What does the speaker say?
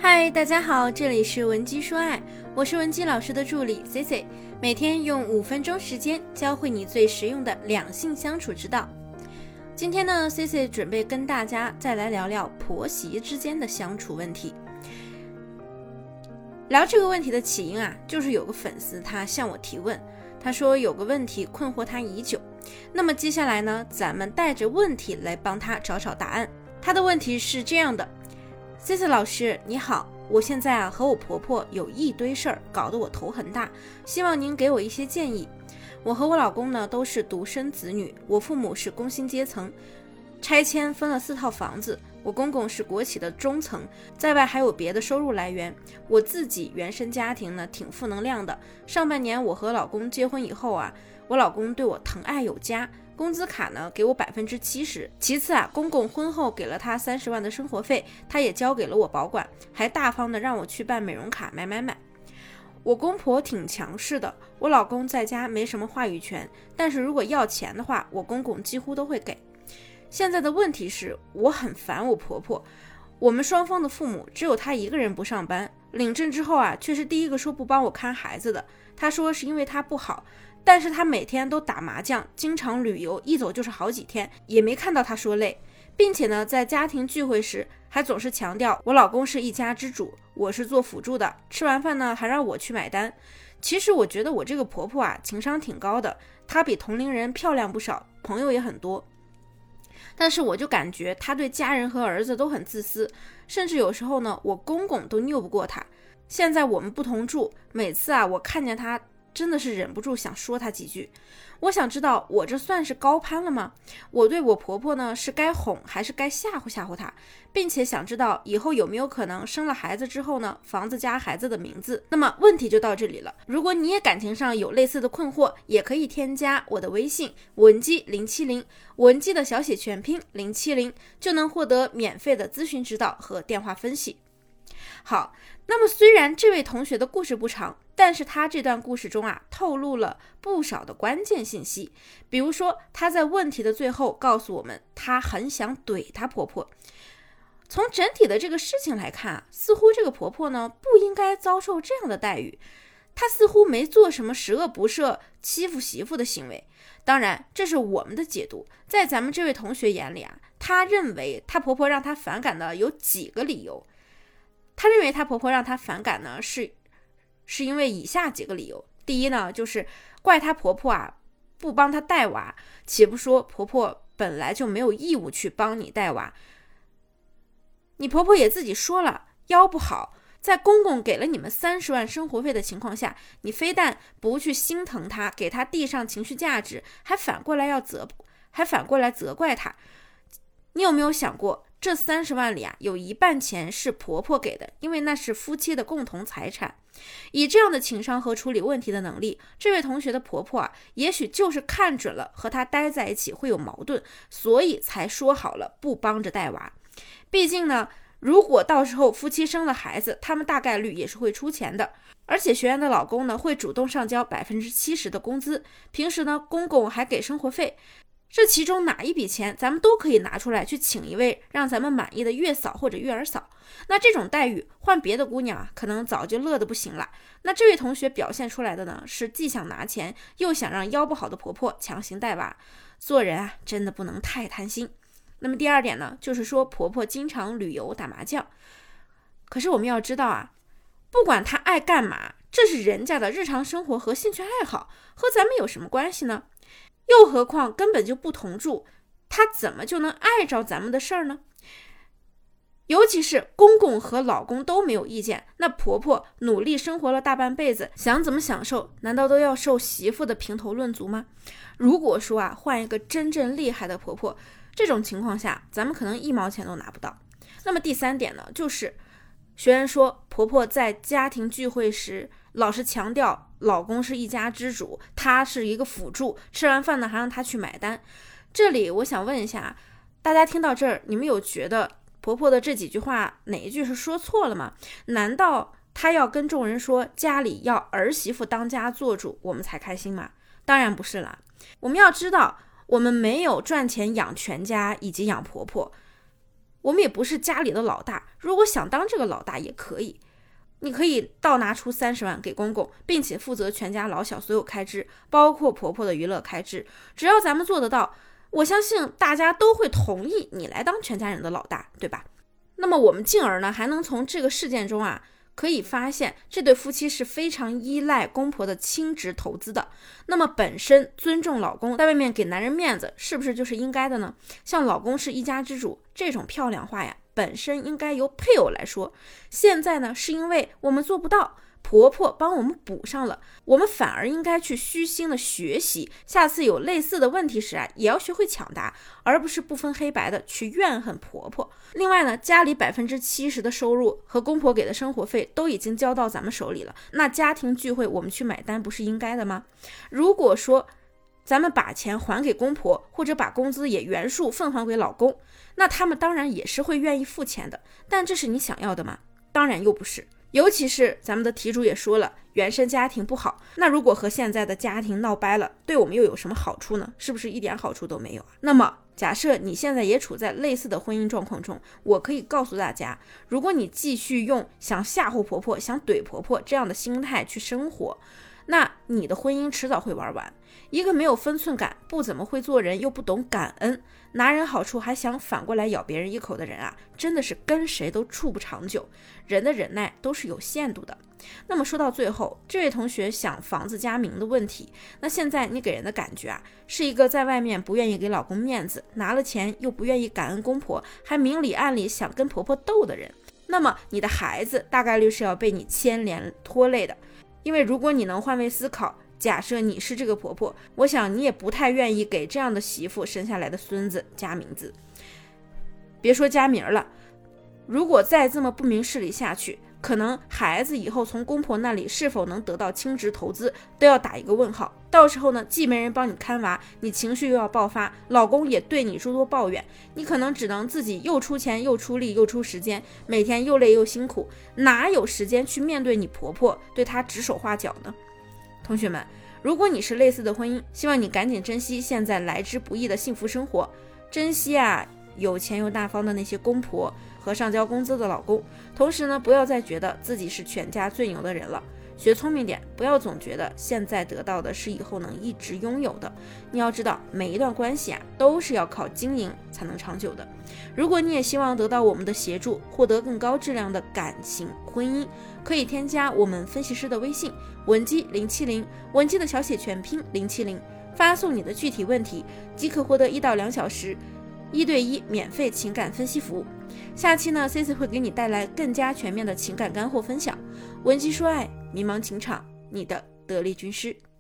嗨，大家好，这里是文姬说爱，我是文姬老师的助理 Cici， 每天用5分钟时间教会你最实用的两性相处之道。今天呢 Cici 准备跟大家再来聊聊婆媳之间的相处问题。聊这个问题的起因就是有个粉丝他向我提问，他说有个问题困惑他已久。那么接下来呢，咱们带着问题来帮他找答案。他的问题是这样的：Cici 老师你好，我现在和我婆婆有一堆事儿，搞得我头很大，希望您给我一些建议。我和我老公呢都是独生子女，我父母是工薪阶层，拆迁分了4套房子，我公公是国企的中层，在外还有别的收入来源。我自己原生家庭呢挺负能量的，上半年我和老公结婚以后我老公对我疼爱有加，工资卡呢给我70%，其次公公婚后给了他30万的生活费，他也交给了我保管，还大方的让我去办美容卡买。我公婆挺强势的，我老公在家没什么话语权，但是如果要钱的话，我公公几乎都会给。现在的问题是我很烦我婆婆，我们双方的父母只有她一个人不上班，领证之后却是第一个说不帮我看孩子的，她说是因为她不好，但是她每天都打麻将，经常旅游，一走就是好几天，也没看到她说累，并且呢，在家庭聚会时还总是强调我老公是一家之主，我是做辅助的，吃完饭呢还让我去买单。其实我觉得我这个婆婆情商挺高的，她比同龄人漂亮不少，朋友也很多，但是我就感觉她对家人和儿子都很自私，甚至有时候呢，我公公都拗不过她。现在我们不同住，每次我看见她真的是忍不住想说她几句。我想知道我这算是高攀了吗？我对我婆婆呢是该哄还是该吓唬她，并且想知道以后有没有可能生了孩子之后呢，房子加孩子的名字。那么问题就到这里了，如果你也感情上有类似的困惑，也可以添加我的微信文姬070，文姬的小写全拼070，就能获得免费的咨询指导和电话分析。好，那么虽然这位同学的故事不长，但是他这段故事中透露了不少的关键信息。比如说他在问题的最后告诉我们，他很想怼他婆婆。从整体的这个事情来看似乎这个婆婆呢不应该遭受这样的待遇，她似乎没做什么十恶不赦欺负媳妇的行为。当然这是我们的解读，在咱们这位同学眼里他认为他婆婆让他反感的有几个理由。他认为他婆婆让他反感呢是因为以下几个理由。第一呢，就是怪他婆婆不帮他带娃，且不说婆婆本来就没有义务去帮你带娃，你婆婆也自己说了腰不好，在公公给了你们30万生活费的情况下，你非但不去心疼她，给她递上情绪价值，还反过来责怪她。你有没有想过，这30万里有一半钱是婆婆给的，因为那是夫妻的共同财产。以这样的情商和处理问题的能力，这位同学的婆婆也许就是看准了和她待在一起会有矛盾，所以才说好了不帮着带娃。毕竟呢，如果到时候夫妻生了孩子，他们大概率也是会出钱的，而且学员的老公呢会主动上交70%的工资，平时呢公公还给生活费。这其中哪一笔钱咱们都可以拿出来去请一位让咱们满意的月嫂或者月儿嫂，那这种待遇换别的姑娘可能早就乐得不行了。那这位同学表现出来的呢是既想拿钱又想让腰不好的婆婆强行带娃，做人真的不能太贪心。那么第二点呢，就是说婆婆经常旅游打麻将。可是我们要知道不管她爱干嘛，这是人家的日常生活和兴趣爱好，和咱们有什么关系呢？又何况根本就不同住，她怎么就能碍着咱们的事儿呢？尤其是公公和老公都没有意见，那婆婆努力生活了大半辈子，想怎么享受，难道都要受媳妇的评头论足吗？如果说换一个真正厉害的婆婆，这种情况下咱们可能1毛钱都拿不到。那么第三点呢，就是学员说婆婆在家庭聚会时老是强调老公是一家之主，她是一个辅助，吃完饭呢还让她去买单。这里我想问一下大家，听到这儿你们有觉得婆婆的这几句话哪一句是说错了吗？难道她要跟众人说家里要儿媳妇当家做主我们才开心吗？当然不是啦。我们要知道我们没有赚钱养全家以及养婆婆， 我们也不是家里的老大，如果想当这个老大也可以，你可以倒拿出30万给公公，并且负责全家老小所有开支，包括婆婆的娱乐开支。只要咱们做得到，我相信大家都会同意你来当全家人的老大，对吧？那么我们进而呢，还能从这个事件中可以发现这对夫妻是非常依赖公婆的亲职投资的。那么本身尊重老公，在外面给男人面子，是不是就是应该的呢？像老公是一家之主这种漂亮话本身应该由配偶来说，现在呢是因为我们做不到，婆婆帮我们补上了，我们反而应该去虚心的学习，下次有类似的问题时也要学会抢答，而不是不分黑白的去怨恨婆婆。另外呢，家里70%的收入和公婆给的生活费都已经交到咱们手里了，那家庭聚会我们去买单不是应该的吗？如果说咱们把钱还给公婆，或者把工资也原数分还给老公，那他们当然也是会愿意付钱的，但这是你想要的吗？当然又不是。尤其是咱们的题主也说了，原生家庭不好，那如果和现在的家庭闹掰了，对我们又有什么好处呢？是不是一点好处都没有那么假设你现在也处在类似的婚姻状况中，我可以告诉大家，如果你继续用想吓唬婆婆、想怼婆婆这样的心态去生活，那你的婚姻迟早会玩完。一个没有分寸感、不怎么会做人又不懂感恩、拿人好处还想反过来咬别人一口的人真的是跟谁都处不长久。人的忍耐都是有限度的。那么说到最后，这位同学想房子加名的问题，那现在你给人的感觉是一个在外面不愿意给老公面子，拿了钱又不愿意感恩公婆，还明里暗里想跟婆婆斗的人，那么你的孩子大概率是要被你牵连拖累的。因为如果你能换位思考，假设你是这个婆婆，我想你也不太愿意给这样的媳妇生下来的孙子加名字。别说加名了，如果再这么不明事理下去，可能孩子以后从公婆那里是否能得到亲职投资都要打一个问号。到时候呢，既没人帮你看娃，你情绪又要爆发，老公也对你诸多抱怨，你可能只能自己又出钱又出力又出时间，每天又累又辛苦，哪有时间去面对你婆婆，对她指手画脚呢？同学们，如果你是类似的婚姻，希望你赶紧珍惜现在来之不易的幸福生活，珍惜有钱又大方的那些公婆和上交工资的老公。同时呢，不要再觉得自己是全家最牛的人了，学聪明点，不要总觉得现在得到的是以后能一直拥有的。你要知道，每一段关系都是要靠经营才能长久的。如果你也希望得到我们的协助，获得更高质量的感情婚姻，可以添加我们分析师的微信文姬070，文姬的小写全拼070，发送你的具体问题，即可获得1到2小时1对1免费情感分析服务。下期呢 Cici 会给你带来更加全面的情感干货分享。文姬说爱，迷茫情场，你的得力军师。